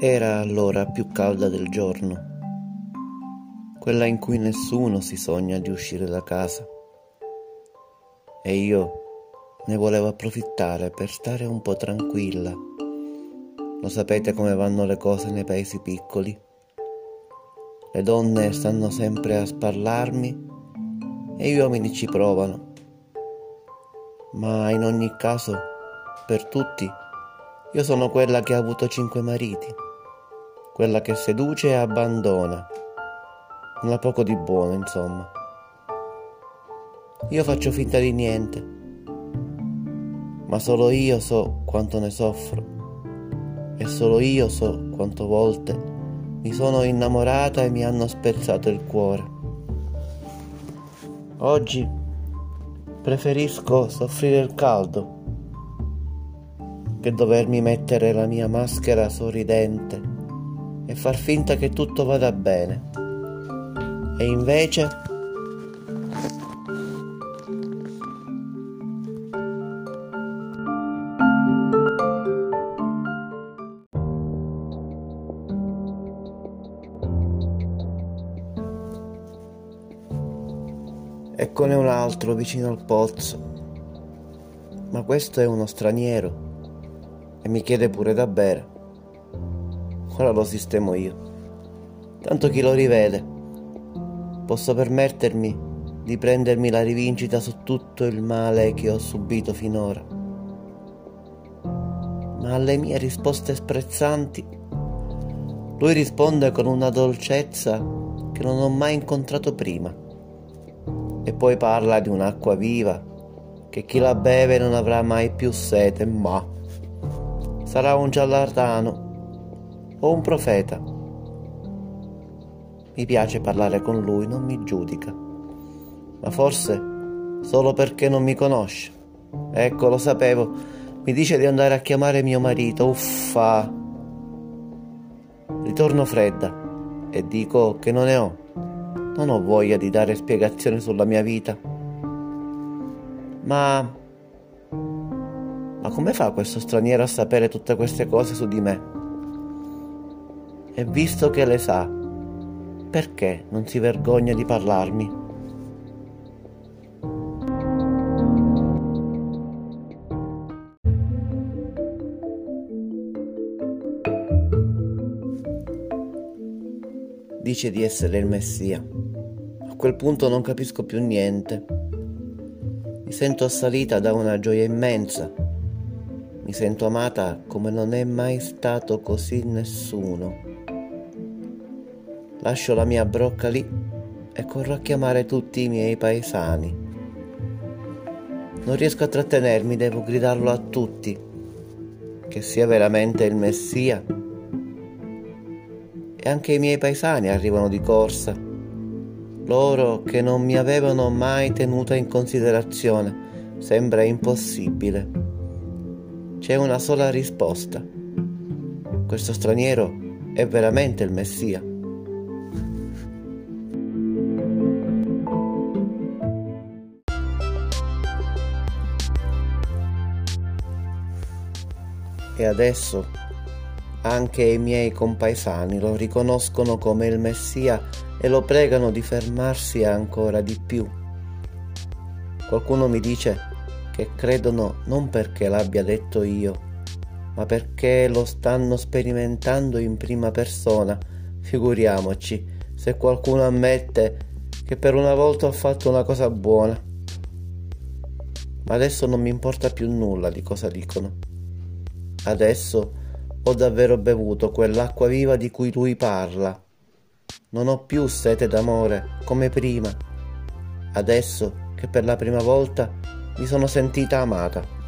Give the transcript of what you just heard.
Era l'ora più calda del giorno, quella in cui nessuno si sogna di uscire da casa. E io ne volevo approfittare per stare un po' tranquilla. Lo sapete come vanno le cose nei paesi piccoli? Le donne stanno sempre a sparlarmi e gli uomini ci provano. Ma in ogni caso, per tutti, io sono quella che ha avuto 5 mariti, quella che seduce e abbandona. Non ha poco di buono, insomma. Io faccio finta di niente, ma solo io so quanto ne soffro e solo io so quante volte mi sono innamorata e mi hanno spezzato il cuore. Oggi preferisco soffrire il caldo che dovermi mettere la mia maschera sorridente e far finta che tutto vada bene. E invece eccone un altro vicino al pozzo, ma questo è uno straniero e mi chiede pure da bere. Ora lo sistemo io, tanto chi lo rivede. Posso permettermi di prendermi la rivincita su tutto il male che ho subito finora. Ma alle mie risposte sprezzanti lui risponde con una dolcezza che non ho mai incontrato prima. E poi parla di un'acqua viva, che chi la beve non avrà mai più sete, ma sarà un ciarlatano o un profeta. Mi piace parlare con lui, non mi giudica, ma forse solo perché non mi conosce. Ecco, lo sapevo, mi dice di andare a chiamare mio marito, uffa. Ritorno fredda e dico che non ne ho. Non ho voglia di dare spiegazioni sulla mia vita. Ma come fa questo straniero a sapere tutte queste cose su di me? E visto che le sa, perché non si vergogna di parlarmi? Dice di essere il Messia. A quel punto non capisco più niente. Mi sento assalita da una gioia immensa. Mi sento amata come non è mai stato così nessuno. Lascio la mia brocca lì e corro a chiamare tutti i miei paesani. Non riesco a trattenermi, devo gridarlo a tutti, che sia veramente il Messia. E anche i miei paesani arrivano di corsa, loro che non mi avevano mai tenuta in considerazione. Sembra impossibile. C'è una sola risposta: questo straniero è veramente il Messia. E adesso anche i miei compaesani lo riconoscono come il Messia e lo pregano di fermarsi ancora di più. Qualcuno mi dice che credono non perché l'abbia detto io, ma perché lo stanno sperimentando in prima persona. Figuriamoci se qualcuno ammette che per una volta ho fatto una cosa buona. Ma adesso non mi importa più nulla di cosa dicono. Adesso ho davvero bevuto quell'acqua viva di cui lui parla. Non ho più sete d'amore come prima, adesso che per la prima volta mi sono sentita amata.